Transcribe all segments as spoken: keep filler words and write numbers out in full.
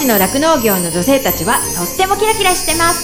ちの酪農業の女性たちはとってもキラキラしてます。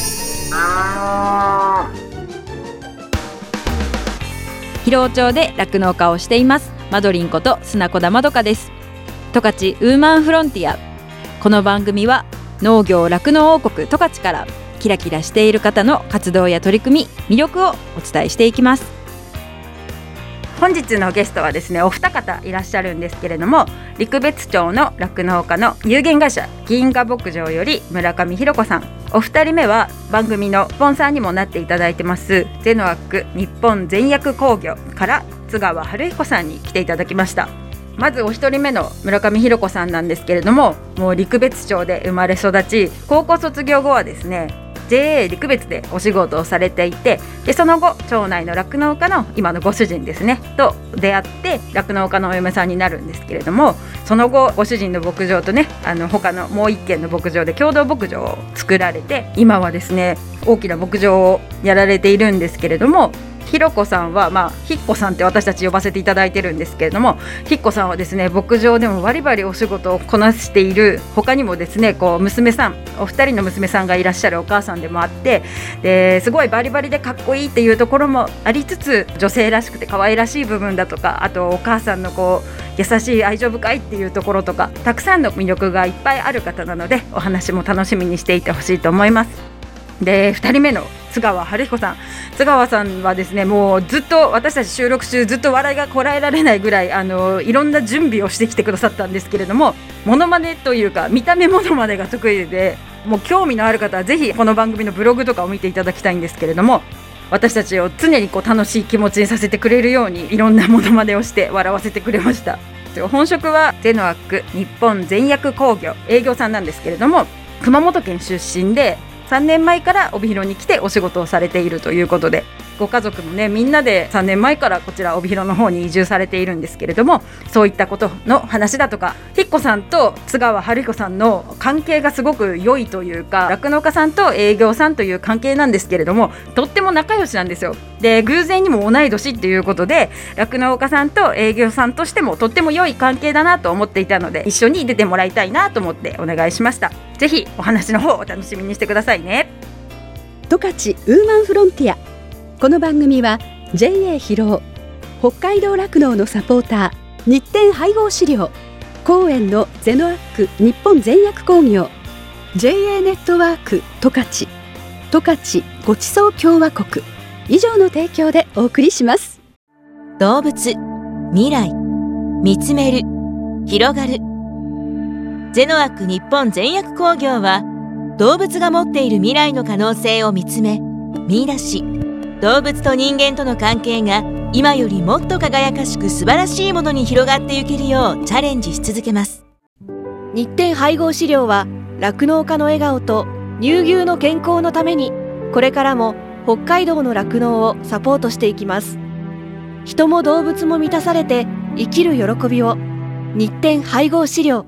広尾町で酪農家をしていますマドリンこと砂子田まどかです。十勝ウーマンフロンティア、この番組は農業酪農王国十勝からキラキラしている方の活動や取り組み、魅力をお伝えしていきます。本日のゲストはですね、お二方いらっしゃるんですけれども、陸別町の酪農家の有限会社銀河牧場より村上ひろ子さん、お二人目は番組のスポンサーにもなっていただいてますゼノアック日本全薬工業から津川春彦さんに来ていただきました。まずお一人目の村上ひろ子さんなんですけれども、もう陸別町で生まれ育ち、高校卒業後はですね ジェイエー 陸別でお仕事をされていて、でその後町内の酪農家の今のご主人ですねと出会って酪農家のお嫁さんになるんですけれども、その後ご主人の牧場とね、あの他のもう一軒の牧場で共同牧場を作られて、今はですね大きな牧場をやられているんですけれども、ひろこさんは、まあ、ひっこさんって私たち呼ばせていただいてるんですけれども、ひっこさんはですね牧場でもバリバリお仕事をこなしている、他にもですねこう娘さん、お二人の娘さんがいらっしゃるお母さんでもあって、ですごいバリバリでかっこいいっていうところもありつつ、女性らしくて可愛らしい部分だとか、あとお母さんのこう優しい愛情深いっていうところとか、たくさんの魅力がいっぱいある方なので、お話も楽しみにしていてほしいと思います。でふたりめの津川春彦さん、津川さんはですねもうずっと私たち収録中ずっと笑いがこらえられないぐらい、あのいろんな準備をしてきてくださったんですけれども、モノマネというか見た目モノマネが得意で、もう興味のある方はぜひこの番組のブログとかを見ていただきたいんですけれども、私たちを常にこう楽しい気持ちにさせてくれるようにいろんなモノマネをして笑わせてくれました。本職はゼノアック日本全薬工業営業さんなんですけれども、熊本県出身でさんねんまえから帯広に来てお仕事をされているということで、ご家族もねみんなでさんねんまえからこちら帯広の方に移住されているんですけれども、そういったことの話だとか、ひっこさんと津川春彦さんの関係がすごく良いというか、酪農家さんと営業さんという関係なんですけれども、とっても仲良しなんですよ。で偶然にも同い年っていうことで、酪農家さんと営業さんとしてもとっても良い関係だなと思っていたので、一緒に出てもらいたいなと思ってお願いしました。ぜひお話の方お楽しみにしてくださいね。 十勝ウーマンフロンティア、この番組は ジェイエー 広尾、北海道酪農のサポーター日展配合飼料、公園のゼノアック日本全薬工業、 ジェイエー ネットワーク十勝、十勝ごちそう共和国以上の提供でお送りします。 動物、未来、見つめる、広がる。ゼノアック日本全薬工業は、動物が持っている未来の可能性を見つめ、見出し、動物と人間との関係が今よりもっと輝かしく素晴らしいものに広がっていけるようチャレンジし続けます。 日展配合飼料は酪農家の笑顔と乳牛の健康のために、これからも北海道の酪農をサポートしていきます。人も動物も満たされて生きる喜びを。日展配合飼料。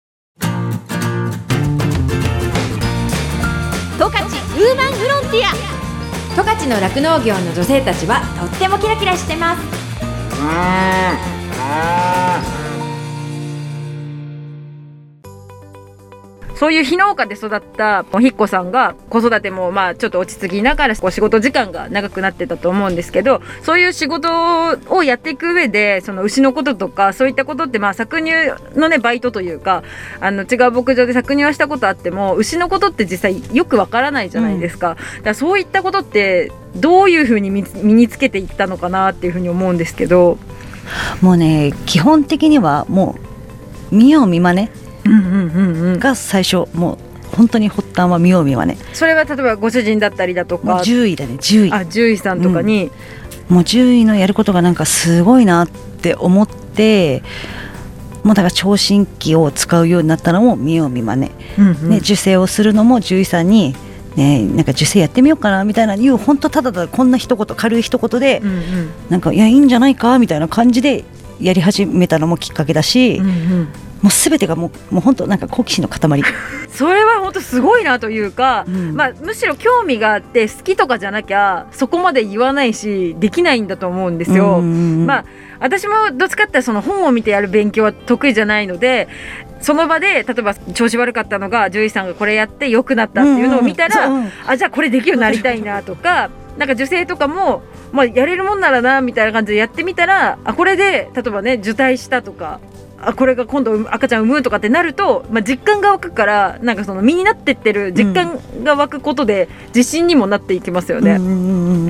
十勝ウーマンフロンティア、十勝の酪農業の女性たちはとってもキラキラしてます。 そういう非農家で育ったひっこさんが、子育てもまあちょっと落ち着きながらお仕事時間が長くなってたと思うんですけど、そういう仕事をやっていく上で、その牛のこととかそういったことって、まあ搾乳のねバイトというか、あの違う牧場で搾乳はしたことあっても、牛のことって実際よくわからないじゃないですか、うん、だからそういったことってどういうふうに身につけていったのかなっていうふうに思うんですけど。 もうね、基本的にはもう見よう見まねが最初、もう本当に発端は見よう見まね。 それは例えばご主人だったりだとか、 獣医だね、獣医。 あ、獣医さんとかに、 うん、もう獣医のやることがなんかすごいなって思って、もうだから聴診器を使うようになったのも見よう見まね、うんうん、ね、受精をするのも獣医さんにね、なんか受精やってみようかなみたいないう、本当ただただこんな一言、軽い一言で、うんうん、なんかいやいいんじゃないかみたいな感じでやり始めたのもきっかけだし、うんうん、もう全てがもう、もう本当なんか好奇心の塊それは本当すごいなというか、うん、まあ、むしろ興味があって好きとかじゃなきゃそこまで言わないしできないんだと思うんですよ。まあ私もどっちかってその本を見てやる勉強は得意じゃないので、その場で例えば調子悪かったのが獣医さんがこれやって良くなったっていうのを見たら、うんうんうん、あじゃあこれできるようになりたいなとかなんか受精とかも、まあ、やれるもんならなみたいな感じでやってみたら、あこれで例えばね受胎したとか、あこれが今度赤ちゃん産むとかってなると、まあ、実感が湧くから、なんかその身になってってる実感が湧くことで自信にもなっていきますよね、うん、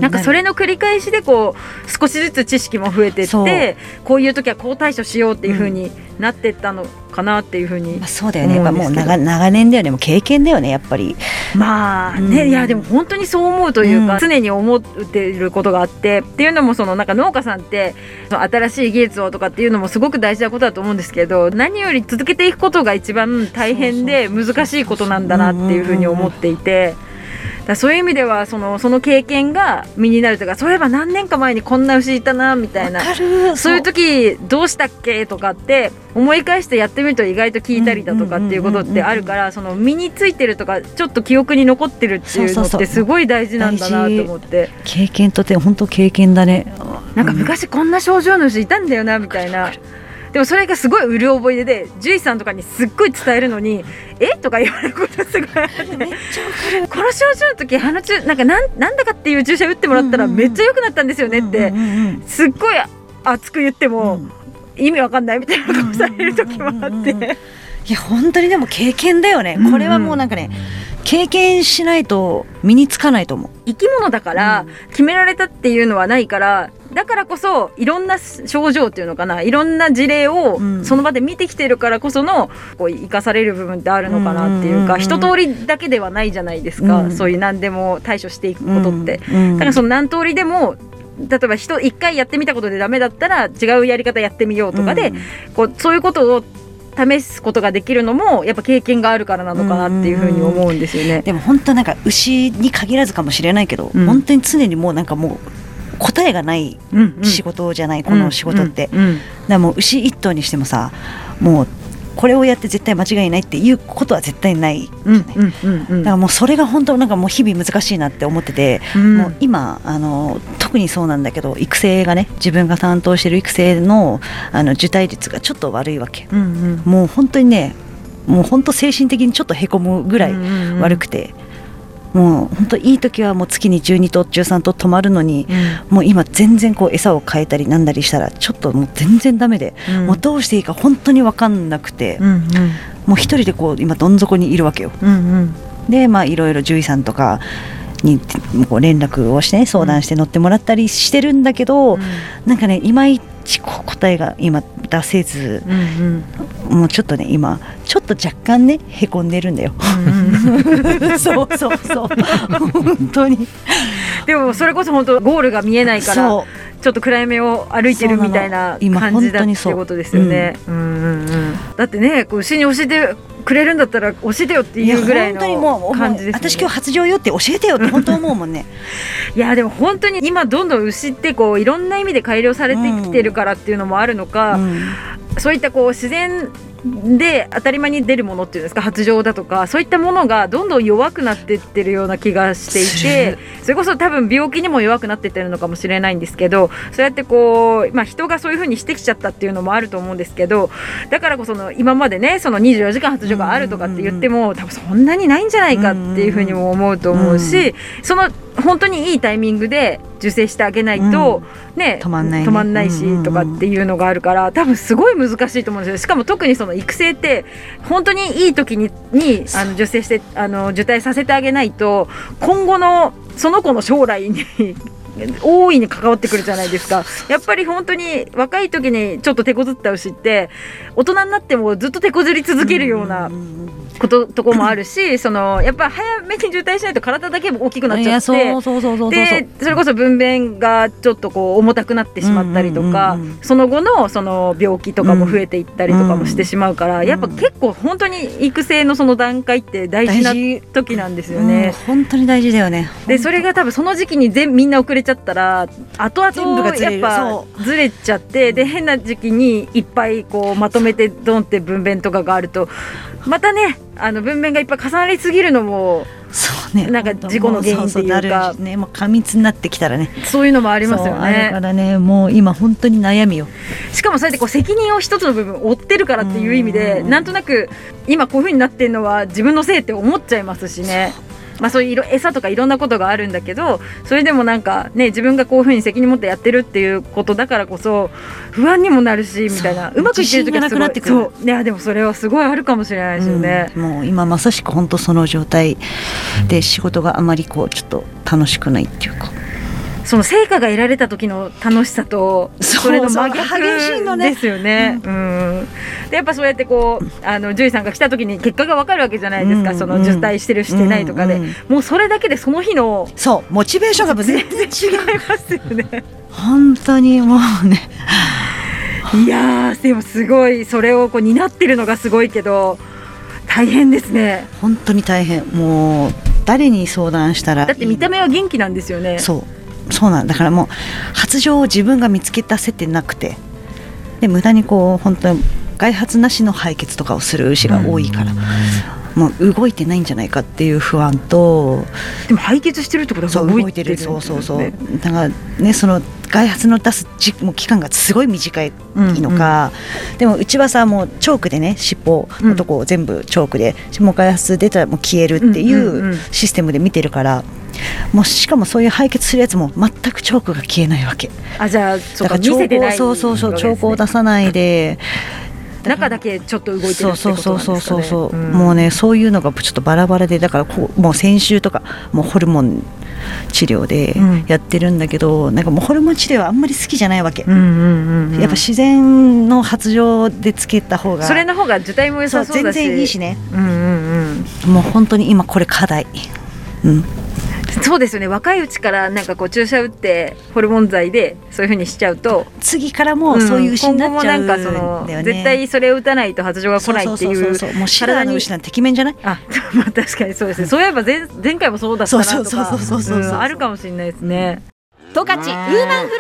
なんかそれの繰り返しでこう少しずつ知識も増えてって、こういう時はこう対処しようっていう風になってったのかなっていう風に、 まあ、そうだよね。やっぱもう 長, 長年だよね。もう経験だよねやっぱり。 まあね、うん、いやでも本当にそう思うというか、うん、常に思っていることがあって、っていうのもそのなんか農家さんってその新しい技術をとかっていうのもすごく大事なことだと思うんですけど、何より続けていくことが一番大変で難しいことなんだなっていうふうに思っていて、だそういう意味ではその、その経験が身になるというか、そういえば何年か前にこんな牛いたなみたいな、そういう時どうしたっけとかって思い返してやってみると意外と効いたりだとかっていうことってあるから、その身についてるとかちょっと記憶に残ってるっていうのってすごい大事なんだなと思って。 経験とって本当経験だね。 なんか昔こんな症状の牛いたんだよなみたいな。でもそれがすごいうる覚えで、獣医さんとかにすっごい伝えるのにえとか言われることすごいあって、めっちゃこの症状の時鼻注なんかなん、なんだかっていう注射打ってもらったらめっちゃ良くなったんですよねってすっごい熱く言っても意味わかんないみたいな顔される時もあって、うんうんうん、いや本当にでも経験だよね、これはもうなんかね、うんうん、経験しないと身につかないと思う。 生き物だから決められたっていうのはないから、だからこそいろんな症状っていうのかな、いろんな事例をその場で見てきてるからこそのこう生かされる部分ってあるのかなっていうか、一通りだけではないじゃないですか、うん、そういう何でも対処していくことって、うん、だからその何通りでも例えば人一回やってみたことでダメだったら違うやり方やってみようとかで、うん、こうそういうことを試すことができるのもやっぱ経験があるからなのかなっていうふうに思うんですよね。 でも本当なんか牛に限らずかもしれないけど、うん、本当に常にもうなんかもう答えがない仕事じゃない、うんうん、この仕事って、うんうんうん、だからもう牛一頭にしてもさ、もうこれをやって絶対間違いないっていうことは絶対ないじゃない、うんうんうん、だからもうそれが本当なんかもう日々難しいなって思ってて、うん、もう今あの特にそうなんだけど、育成がね、自分が担当している育成 の, あの受胎率がちょっと悪いわけ、うんうん、もう本当にね、もう本当精神的にちょっとへこむぐらい悪くて、うんうんうん、もう本当いい時はもう月にじゅうにとうじゅうさんとう止まるのに、うん、もう今全然こう餌を変えたりなんだりしたらちょっともう全然ダメで、うん、もうどうしていいか本当に分かんなくて、うんうん、もう一人でこう今どん底にいるわけよ、うんうん、でまあいろいろ獣医さんとかにこう連絡をして、ね、相談して乗ってもらったりしてるんだけど、うん、なんかねいまいちこう答えが今出せず、うんうん、もうちょっとね今ちょっと若干ねへこんでるんだよ、うんうん、そうそうそう本当に。 でもそれこそ本当ゴールが見えないからちょっと暗闇を歩いてるみたいな感じだっていうことですよね、うんうんうん、だってねこう牛に教えてくれるんだったら教えてよっていうぐらいの感じですね。 私今日発情よって教えてよって本当思うもんねいやでも本当に今どんどん牛ってこういろんな意味で改良されてきてるからっていうのもあるのか、うん、そういったこう自然で当たり前に出るものっていうんですか、発情だとかそういったものがどんどん弱くなっていってるような気がしていて、それこそ多分病気にも弱くなっていってるのかもしれないんですけど、そうやってこう、まあ、人がそういう風にしてきちゃったっていうのもあると思うんですけど、だからこその今までねそのにじゅうよじかん発情があるとかって言っても多分そんなにないんじゃないかっていう風にも思うと思うし、その本当にいいタイミングで受精してあげないと、うんね、 止まんないね、 止まんないしとかっていうのがあるから多分すごい難しいと思うんですよ。しかも特にその育成って本当にいい時に、にあの受精してあの受胎させてあげないと今後のその子の将来に大いに関わってくるじゃないですか。やっぱり本当に若い時にちょっと手こずった牛って大人になってもずっと手こずり続けるようなこととこもあるし、そのやっぱり早めに受胎しないと体だけも大きくなっちゃって、でそれこそ分娩がちょっとこう重たくなってしまったりとか、うんうんうん、その後のその病気とかも増えていったりとかもしてしまうから、うん、やっぱ結構本当に育成のその段階って大事な時なんですよね、 うん、本当に大事だよね。 でそれが多分その時期に全みんな遅れちゃったら後々やっぱずれちゃって、で変な時期にいっぱいこうまとめてドンって分娩とかがあるとまたねあの分娩がいっぱい重なりすぎるのもね、 なんか事故の原因っていうか、 そうそうなるね、もう過密になってきたらね、 そういうのもありますよそうあるね。 からね、もう今本当に悩みよ。 しかもそうやってこう責任を一つの部分負ってるからっていう意味で、 うんなんとなく今こういう風になってるのは自分のせいって思っちゃいますしね。まあ、そういう色餌とかいろんなことがあるんだけど、それでもなんかね、自分がこういう風に責任持ってやってるっていうことだからこそ不安にもなるしみたいな、うまくいってる時はすごい、 自信がなくなってくる。 そういやでもそれはすごいあるかもしれないですよね。 うん、もう今まさしく本当その状態で、仕事があまりこうちょっと楽しくないっていうか、 その成果が得られた時の楽しさとそうそれの真逆そう激しいのねですよね。うんでやっぱそうやってこうあの獣医さんが来た時に結果が分かるわけじゃないですか、 うんその受胎してるしてないとかで、 うんうんもうそれだけでその日のそうモチベーションが全然違う。 違いますよね。 本当にもうね、 いやーでもすごいそれをこう担ってるのがすごいけど大変ですね。 本当に大変。もう誰に相談したらいいの？ だって見た目は元気なんですよね。 そうそうなんだから、もう発情を自分が見つけ出せてなくて、で無駄にこう本当に外発なしの排血とかをする牛が多いから、もう動いてないんじゃないかっていう不安と、 でも排血してるってことはそう動いてる動いてる、そうそうそう、だからね、その外発の出すじもう期間がすごい短いのか、うんうん、でもうちはさ、もうチョークでね、尻尾のとこを全部チョークで、うん、もう外発出たらもう消えるっていうシステムで見てるから、もうしかもそういう排血するやつも全くチョークが消えないわけ。 あ、じゃあそうか、 だから見せてない、 そうそうそう、チョークを出さないで中だけちょっと動いてるってことなんですかね。 そうそうそうそう、 うん、 もうね、そういうのがちょっとバラバラで、だからこうもう先週とかもうホルモン治療でやってるんだけど、うん、なんかもうホルモン治療はあんまり好きじゃないわけ、うんうんうんうん、やっぱ自然の発情でつけた方が、 それの方が受胎も良さそうだし、 全然いいしね、 うんうんうん、 もう本当に今これ課題、うん、 そうですよね。若いうちからなんかこう注射打ってホルモン剤でそういう風にしちゃうと、 次からもそういう牛になっちゃうんだよね、 うん、今後もなんかその絶対それを打たないと発情が来ないっていう、 そうそうそうそう、もうシラーの牛なんててきめんじゃない？ あ、まあ確かにそうですね。そういえば 前, 前回もそうだったなとかあるかもしれないですね。 十勝ウーマンフロンテ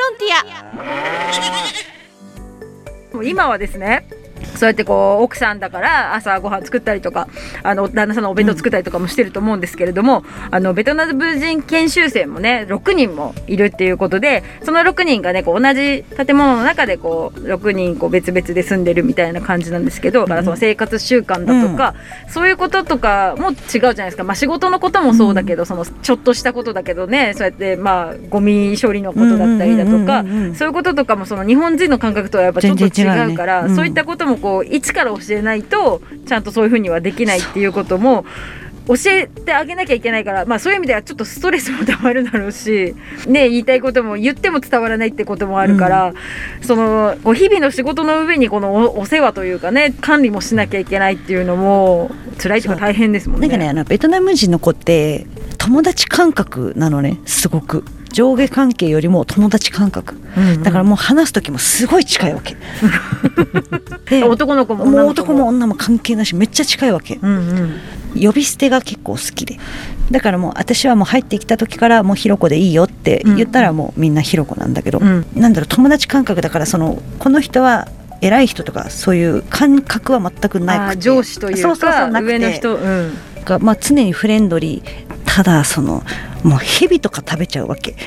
ィア。 もう今はですね、そうやってこう奥さんだから朝ご飯作ったりとか、あの旦那さんのお弁当作ったりとかもしてると思うんですけれども、うん、あのベトナム人研修生もねろくにんもいるっていうことで、そのろくにんがねこう同じ建物の中でこうろくにんこう別々で住んでるみたいな感じなんですけど、だからその生活習慣だとか、うん、そういうこととかも違うじゃないですか。まあ、仕事のこともそうだけど、うん、そのちょっとしたことだけどね、そうやってまあゴミ処理のことだったりだとか、そういうこととかもその日本人の感覚とはやっぱちょっと違うから、ね、うん、そういったこともこう一から教えないとちゃんとそういうふうにはできないっていうことも教えてあげなきゃいけないから、まあ、そういう意味ではちょっとストレスもたまるだろうし、ね、言いたいことも言っても伝わらないってこともあるから、うん、そのこう日々の仕事の上にこの お, お世話というかね、管理もしなきゃいけないっていうのも辛いというか大変ですもんね。 なんかね、あのベトナム人の子って友達感覚なのね、すごく上下関係よりも友達感覚、うんうん、だからもう話す時もすごい近いわけで男の子も女の子ももう男も女も関係なし、めっちゃ近いわけ、うんうん、呼び捨てが結構好きで、だからもう私はもう入ってきた時からもうひろこでいいよって言ったらもうみんなひろこなんだけど、うん、なんだろう、友達感覚だから、そのこの人は偉い人とかそういう感覚は全くなくて、 上司というかそうそうそう上の人、うん、 がまあ、常にフレンドリー。ただそのもうヘビとか食べちゃうわけ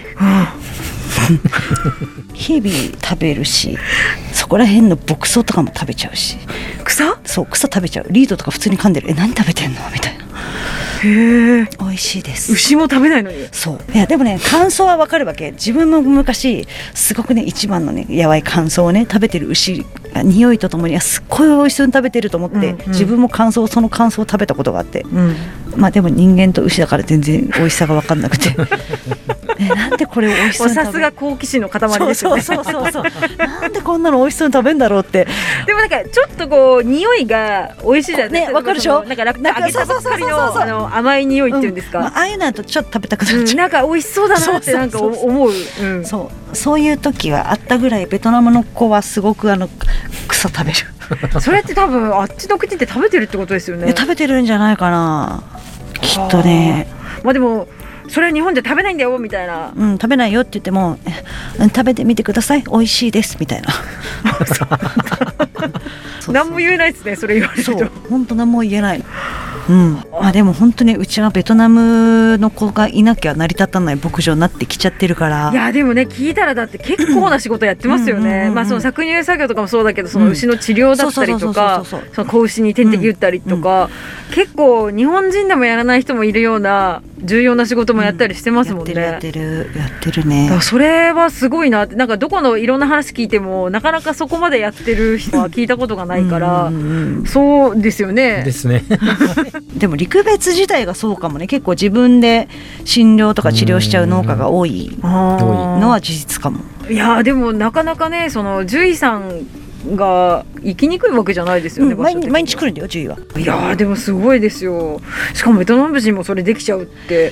ヘビ食べるし、そこら辺の牧草とかも食べちゃうし、 草？ そう、草食べちゃう。リードとか普通に噛んでる。え、何食べてんのみたいな。 へー、 美味しいです。 牛も食べないのに。 そう、いやでもね、感想はわかるわけ。自分も昔すごくね、一番のねやばい感想をね食べてる牛が匂いとともにすっごい美味しそうに食べてると思って、うんうん、自分も感想その感想を食べたことがあって、うん、まあでも人間と牛だから全然美味しさが分かんなくてえ、なんでこれ美味しそうに食べる、 さすが好奇心の塊ですよね。 そうそうそうそうなんでこんなの美味しそうに食べるんだろうって。 でもなんかちょっとこう匂いが美味しいじゃないですか。 ね、わかるでしょ。 なんか揚げたばっかりのあの甘い匂いっていうんですか、 うん、まあ、ああいうのだとちょっと食べたくなっちゃう、うん、 なんか美味しそうだなってなんか思う。うん、 そうそういう時はあったぐらい、ベトナムの子はすごくあの草食べるそれって多分あっちの国って食べてるってことですよね。 食べてるんじゃないかな、きっとね。 まあでもそれは日本じゃ食べないんだよみたいな、 うん、食べないよって言っても、食べてみてください、美味しいですみたいな何も言えないですね、それ言われると。 そう、本当何も言えない。 うん、まあでも本当にうちはベトナムの子がいなきゃ成り立たない牧場になってきちゃってるから。 いやでもね聞いたらだって結構な仕事やってますよね。まあその搾乳作業とかもそうだけど、その牛の治療だったりとか、その子牛に点滴打ったりとか、うん、結構日本人でもやらない人もいるような重要な仕事もやったりしてますもんね。 うん、やってるやってるやってるね。 だからそれはすごいなって、なんかどこのいろんな話聞いてもなかなかそこまでやってる人は聞いたことがないから、うんうんうん、そうですよね。 ですね。 でも陸別自体がそうかもね。結構自分で診療とか治療しちゃう農家が多いのは事実かも。 いやでもなかなかね、その獣医さんが行きにくいわけじゃないですよね。うん、 毎, 毎日来るんだよ獣医は。 いやでもすごいですよ。しかもベトナム人もそれできちゃうって。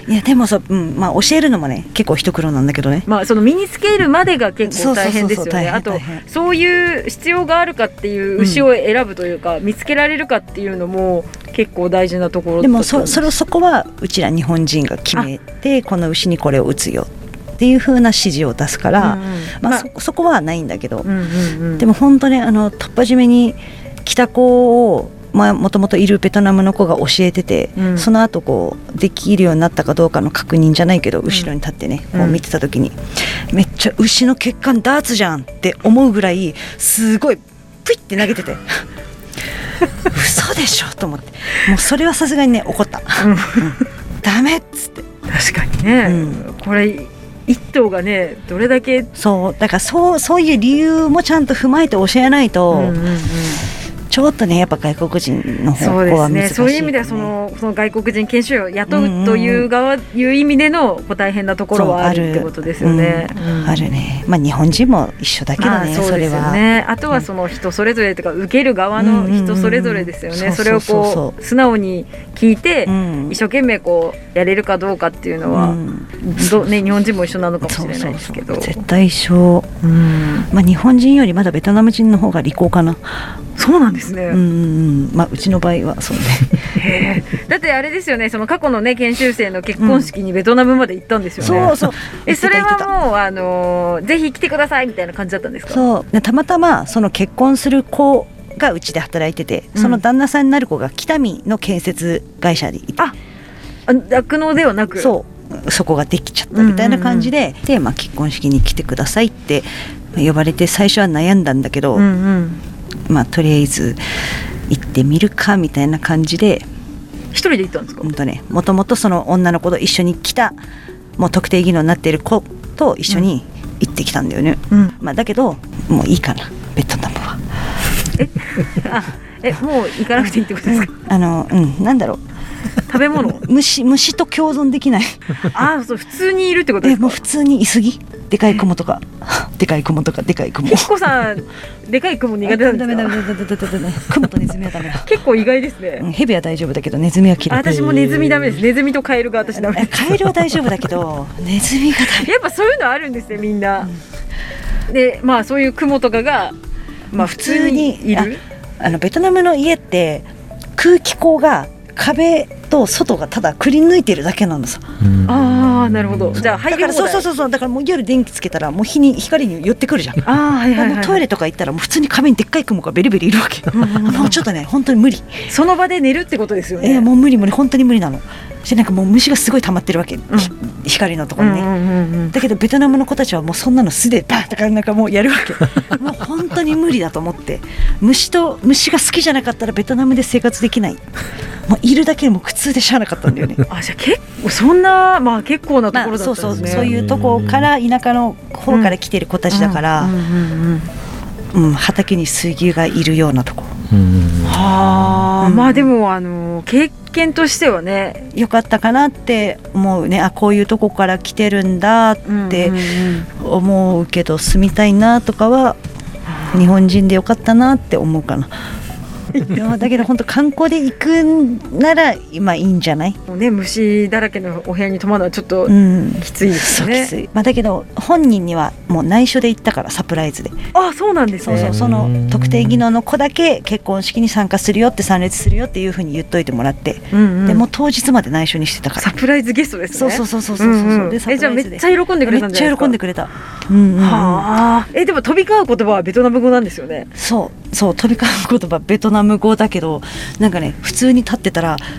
いやでもさ、うん、まあ教えるのもね結構一苦労なんだけどね。 まあその身につけるまでが結構大変ですよね。あとそういう必要があるかっていう牛を選ぶというか、うん、見つけられるかっていうのも結構大事なところだと思います。 でも そ, そ, そこはうちら日本人が決めて、この牛にこれを打つよっていう風な指示を出すから、うんうん、まあ、そ, そこはないんだけど、うんうんうん、でも本当ね、あの突破締めに来た子をもともといるベトナムの子が教えてて、うん、その後こうできるようになったかどうかの確認じゃないけど、うん、後ろに立ってねこう見てた時に、うん、めっちゃ牛の血管ダーツじゃんって思うぐらいすごいプイって投げてて嘘でしょと思って、もうそれはさすがにね怒った、うん、ダメっつって。 確かにね、うん、これ一頭がねどれだけ、 そうだからそうそういう理由もちゃんと踏まえて教えないと、うんうんうん、ちょっとねやっぱ外国人の方向は難しい、ね、 そうですね。そういう意味ではその、その外国人研修医を雇うという側、うんうん、いう意味での大変なところはあるってことですよね。 ある、うんうん、あるね。まあ日本人も一緒だけどね、まあ、そうですよね。 それはあとはその人それぞれとか、受ける側の人それぞれですよね、うんうんうん、それをこう素直に聞いて、うん、一生懸命こうやれるかどうかっていうのは、うんどね、日本人も一緒なのかもしれないですけど、 そうそうそう絶対一緒、うんまあ、日本人よりまだベトナム人の方が利口かな。 そうなんですね。うんうん、まあ、うちの場合はそうねだってあれですよね、その過去のね研修生の結婚式にベトナムまで行ったんですよね、 うん、そうそうえそれはもうあのー、ぜひ来てくださいみたいな感じだったんですか。 そうたまたまその結婚する子がうちで働いてて、うん、その旦那さんになる子が北見の建設会社でいて、 あ酪農ではなくそうそこができちゃったみたいな感じで、うんうんうん、で、まあ、結婚式に来てくださいって呼ばれて最初は悩んだんだけど、うんうんまあ、とりあえず行ってみるかみたいな感じで。 一人で行ったんですか。 ほんとね、もともとその女の子と一緒に来たもう特定技能になっている子と一緒に行ってきたんだよね、うんまあ、だけどもういいかなベトナムはえあえもう行かなくていいってことですか、 うん、あのうんなんだろう食べ物虫虫と共存できないあそう普通にいるってことですか。 えもう普通にいすぎでかい雲とかでかい雲とかでかい雲。 ひこさんでかい雲苦手なんですか。ダメダメダメダメダメ雲とネズミはダメだ。 結構意外ですね、 うん、ヘビは大丈夫だけどネズミは嫌い。 私もネズミダメです。ネズミとカエルが私ダメです。 カエルは大丈夫だけどネズミがダメ。 やっぱそういうのあるんですねみんな、うん、でまあそういう雲とかがまあ普通にいる。 あのベトナムの家って空気口が壁と外がただくり抜いてるだけなのさ。 ああなるほど。じゃあ入り放題。 そうそうそうそうだからもう夜電気つけたらもう日に光に寄ってくるじゃん。 あはいはいはい、はい、 トイレとか行ったらもう普通に壁にでっかい雲がベリベリいるわけ。もうちょっとね本当に無理。 その場で寝るってことですよね。 えー、もう無理無理本当に無理なの。でなんかもう虫がすごい溜まってるわけ、うん、光のところにね、うんうんうんうん、だけどベトナムの子たちはもうそんなの素でバーッとかなんかもうやるわけもう本当に無理だと思って、虫と虫が好きじゃなかったらベトナムで生活できない。もういるだけでも苦痛でしゃあなかったんだよねあじゃあ結構そんな、まあ、結構なところだったんですね、まあ、そうそうそういうとこから田舎の方から来てる子たちだから、うんうんうんうんうん、畑に水牛がいるようなとこ。 はあ、うん、まあでもあの経験としてはね良かったかなって思うね。あこういうとこから来てるんだって思うけど、住みたいなとかは日本人でよかったなって思うかなだけど本当観光で行くんなら今いいんじゃない。 もうね虫だらけのお部屋に泊まるのはちょっときついですね、うん、そうきつい、 まあ、だけど本人にはもう内緒で行ったからサプライズで。 あそうなんですね。 そうそうその特定技能の子だけ結婚式に参加するよって参列するよっていうふうに言っといてもらって、うんうん、でもう当日まで内緒にしてたからサプライズゲストですね。 そうそうそうそうそう、うんうん、でえじゃあめっちゃ喜んでくれたんじゃないですか。めっちゃ喜んでくれた、うんうん、 はあえでも飛び交う言葉はベトナム語なんですよね。 そうそう飛び交う言葉ベトナム語だけどなんかね普通に立ってたら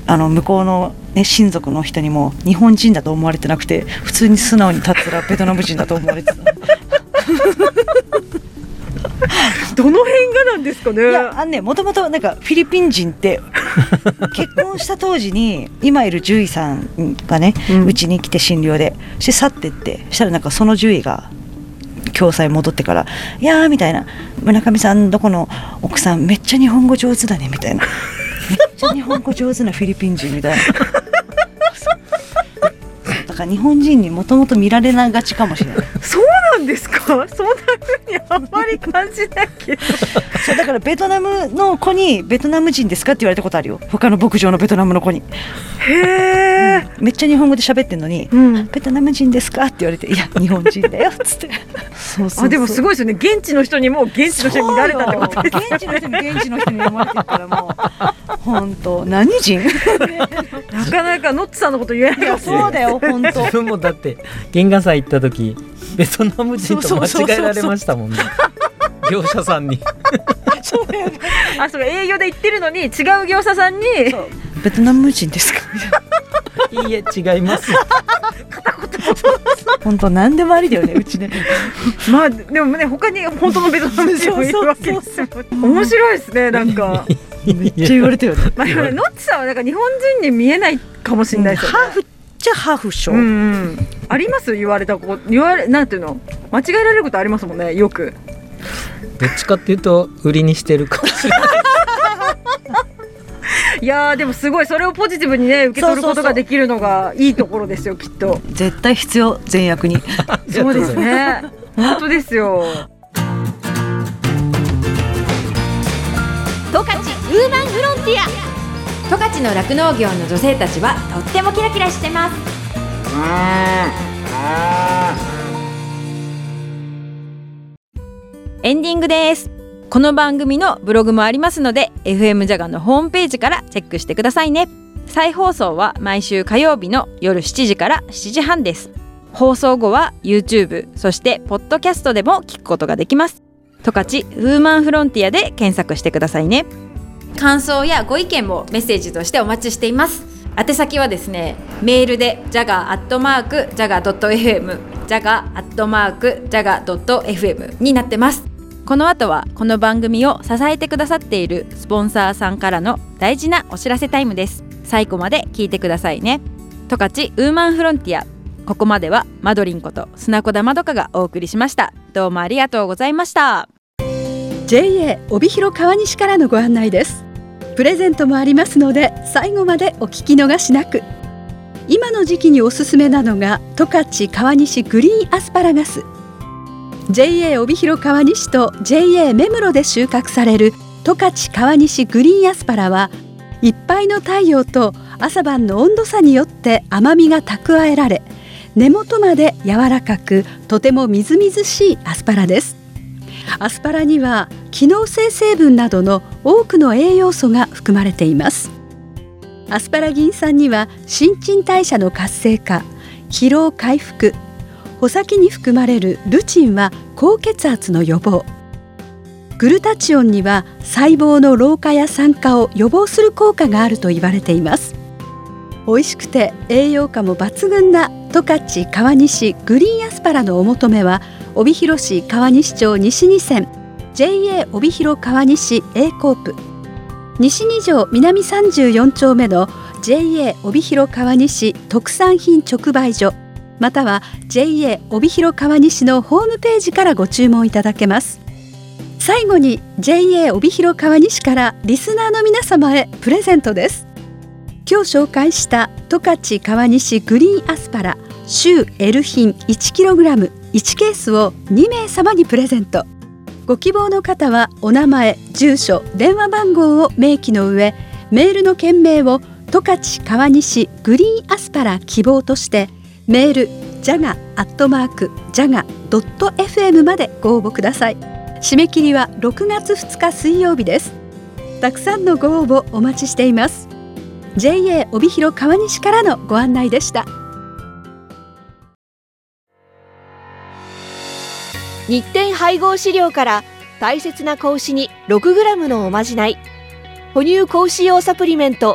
あの向こうの、ね、親族の人にも日本人だと思われてなくて、普通に素直に立ったらベトナム人だと思われてたどの辺がなんですかね。 いやあのね、もともとなんかフィリピン人って結婚した当時に今いる獣医さんがねうち、ん、に来て診療でして去ってってしたら、なんかその獣医が共済戻ってから、いやーみたいな、村上さんどこの奥さんめっちゃ日本語上手だねみたいな、めっちゃ日本語上手なフィリピン人みたいなだから日本人にもともと見られながちかもしれない。 そうなんですか。そんな風にあんまり感じないけどそうだからベトナムの子にベトナム人ですかって言われたことあるよ、他の牧場のベトナムの子に。 へー、 うん、めっちゃ日本語で喋ってんのに、うん、ベトナム人ですかって言われて、いや日本人だよっつってそうそうそう。 あでもすごいですよね、現地の人にも現地の人に見られたってことです。 現地の人に現地の人に読まれてるから、もう本当何人なかなかノッツさんのこと言えないですよ。 そうだよ本当。 自分もだって原画祭行った時ベトナム人と間違えられましたもんね、業者さんにそうだよね。あ、そう営業で行ってるのに違う業者さんにベトナム人ですかいいえ違います本当何でもありだよねうちねまあでもね、他に本当のベトナム人もいるわけですよ。面白いですね、なんかめっちゃ言われたよねまあ、ノッチさんはなんか日本人に見えないかもしれないですよね。 ハーフじゃハーフっしょ、 うんうん、あります言われたこと言われなんていうの間違えられることありますもんね、よく。 どっちかっていうと売りにしてるかもしれないいやーでもすごい、それをポジティブにね受け取ることができるのがいいところですよ、きっと。 絶対必要、善悪にそうですね、本当ですよ。 十勝ウーマンフロンティア。十勝の酪農業の女性たちはとってもキラキラしてます。 エンディングです。この番組のブログもありますので エフエム ジャガのホームページからチェックしてくださいね。再放送は毎週火曜日の夜しちじからしちじはんです。放送後は YouTube、 そしてポッドキャストでも聞くことができます。十勝ウーマンフロンティアで検索してくださいね。 感想やご意見もメッセージとしてお待ちしています。宛先はですね、メールで ジャガ アットマーク ジャガ ドット エフエム ジャガ アットマーク ジャガ ドット エフエム になってます。 この後はこの番組を支えてくださっているスポンサーさんからの大事なお知らせタイムです。最後まで聞いてくださいね。十勝ウーマンフロンティア、ここまではマドリンこと砂子田まどかがお送りしました。どうもありがとうございました。 ジェイエー 帯広川西からのご案内です。プレゼントもありますので最後までお聞き逃しなく。今の時期におすすめなのが十勝川西グリーンアスパラガス。 ジェイエー 帯広川西と ジェイエー 目室で収穫される十勝川西グリーンアスパラは、いっぱいの太陽と朝晩の温度差によって甘みが蓄えられ、根元まで柔らかくとてもみずみずしいアスパラです。アスパラには機能性成分などの多くの栄養素が含まれています。アスパラギン酸には新陳代謝の活性化、疲労回復、穂先に含まれるルチンは高血圧の予防、グルタチオンには細胞の老化や酸化を予防する効果があると言われています。美味しくて栄養価も抜群な十勝川西グリーンアスパラのお求めは、帯広市川西町西に線 ジェイエー 帯広川西 A コープ、西に条南さんじゅうよん丁目の ジェイエー 帯広川西特産品直売所、または ジェイエー 帯広川西のホームページからご注文いただけます。最後に ジェイエー 帯広川西からリスナーの皆様へプレゼントです。今日紹介した十勝川西グリーンアスパラ州 L 品 いちキログラムいちケースをに名様にプレゼント。ご希望の方はお名前、住所、電話番号を明記の上、メールの件名を十勝川西グリーンアスパラ希望としてメール ジャガ アットマーク ジャガ ドット エフエム までご応募ください。締め切りはろくがつふつか水曜日です。たくさんのご応募お待ちしています。 ジェイエー 帯広川西からのご案内でした。 日展配合飼料から大切な子牛に ろくグラム のおまじない、哺乳子牛用サプリメント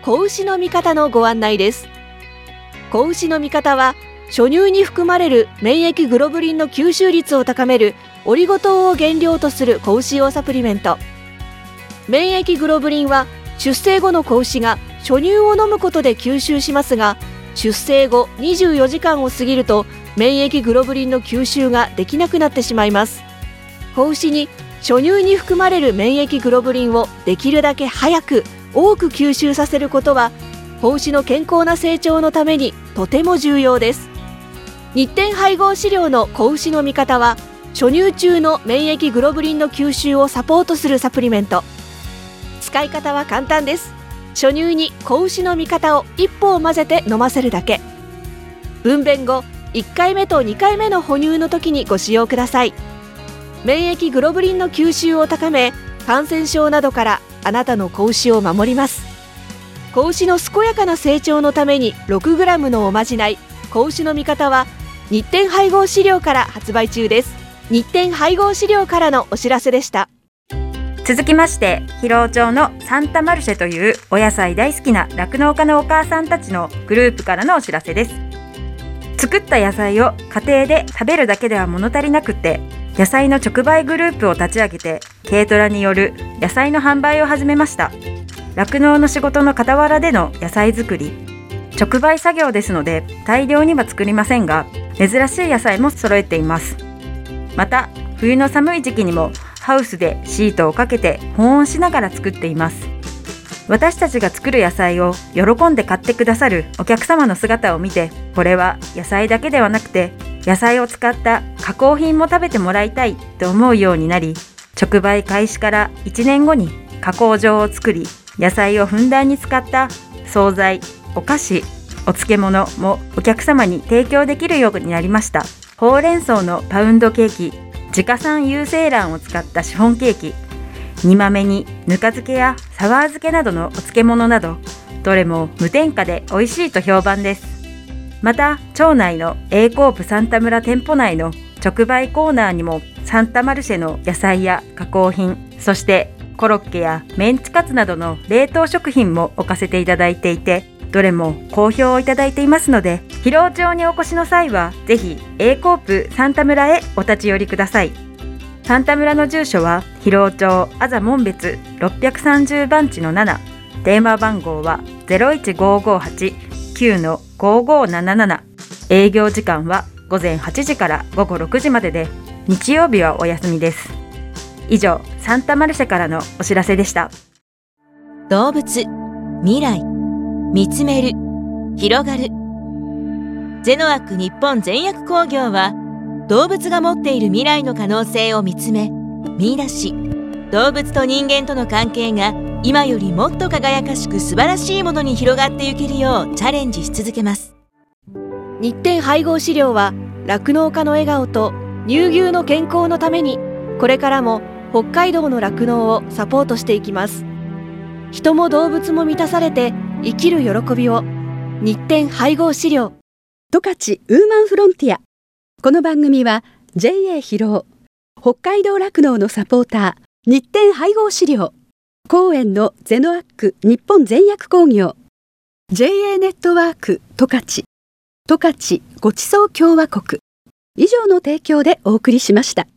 子牛の味方のご案内です。子牛の味方は初乳に含まれる免疫グロブリンの吸収率を高めるオリゴ糖を原料とする子牛用サプリメント。免疫グロブリンは出生後の子牛が初乳を飲むことで吸収しますが、出生後にじゅうよじかんを過ぎると免疫グロブリンの吸収ができなくなってしまいます。子牛に初乳に含まれる免疫グロブリンをできるだけ早く多く吸収させることは子牛の健康な成長のためにとても重要です。日展配合飼料の子牛の味方は初乳中の免疫グロブリンの吸収をサポートするサプリメント。使い方は簡単です。初乳に子牛の味方をいっぽを混ぜて飲ませるだけ。分娩後いっかいめとにかいめの哺乳の時にご使用ください。免疫グロブリンの吸収を高め、感染症などからあなたの子牛を守ります。子牛の健やかな成長のために ろくグラム のおまじない子牛の味方は日展配合飼料から発売中です。日展配合飼料からのお知らせでした。 続きまして、広尾町のサンタマルシェというお野菜大好きな酪農家のお母さんたちのグループからのお知らせです。作った野菜を家庭で食べるだけでは物足りなくって、野菜の直売グループを立ち上げて軽トラによる野菜の販売を始めました。酪農の仕事の傍らでの野菜作り、直売作業ですので大量には作りませんが、珍しい野菜も揃えています。また冬の寒い時期にもハウスでシートをかけて保温しながら作っています。私たちが作る野菜を喜んで買ってくださるお客様の姿を見て、これは野菜だけではなくて野菜を使った加工品も食べてもらいたいと思うようになり、直売開始からいちねんごに加工場を作り、野菜をふんだんに使った惣菜、お菓子、お漬物もお客様に提供できるようになりました。ほうれん草のパウンドケーキ、自家産有精卵を使ったシフォンケーキ、煮豆にぬか漬けやサワー漬けなどのお漬物など、どれも無添加で美味しいと評判です。また町内の A コープサンタ村店舗内の直売コーナーにもサンタマルシェの野菜や加工品、そしてコロッケやメンチカツなどの冷凍食品も置かせていただいていて、どれも好評をいただいていますので、広尾町にお越しの際はぜひ A コープサンタ村へお立ち寄りください。サンタ村の住所は広尾町あざ門別ろっぴゃくさんじゅうばんちのなな、電話番号は ゼロいちごーごーはち きゅう ごーごーなななな、営業時間はごぜんはちじからごごろくじまでで、日曜日はお休みです。以上、サンタマルシェからのお知らせでした。 動物、未来、見つめる、広がる。ゼノアック日本全薬工業は、動物が持っている未来の可能性を見つめ、見出し、動物と人間との関係が今よりもっと輝かしく素晴らしいものに広がっていけるようチャレンジし続けます。 日展配合飼料は酪農家の笑顔と乳牛の健康のために、これからも北海道の酪農をサポートしていきます。人も動物も満たされて生きる喜びを。日展配合飼料。 十勝ウーマンフロンティア。この番組は ジェイエー 広尾、北海道酪農のサポーター、日展配合飼料、公園のゼノアック日本全薬工業、 ジェイエー ネットワーク十勝、十勝ごちそう共和国以上の提供でお送りしました。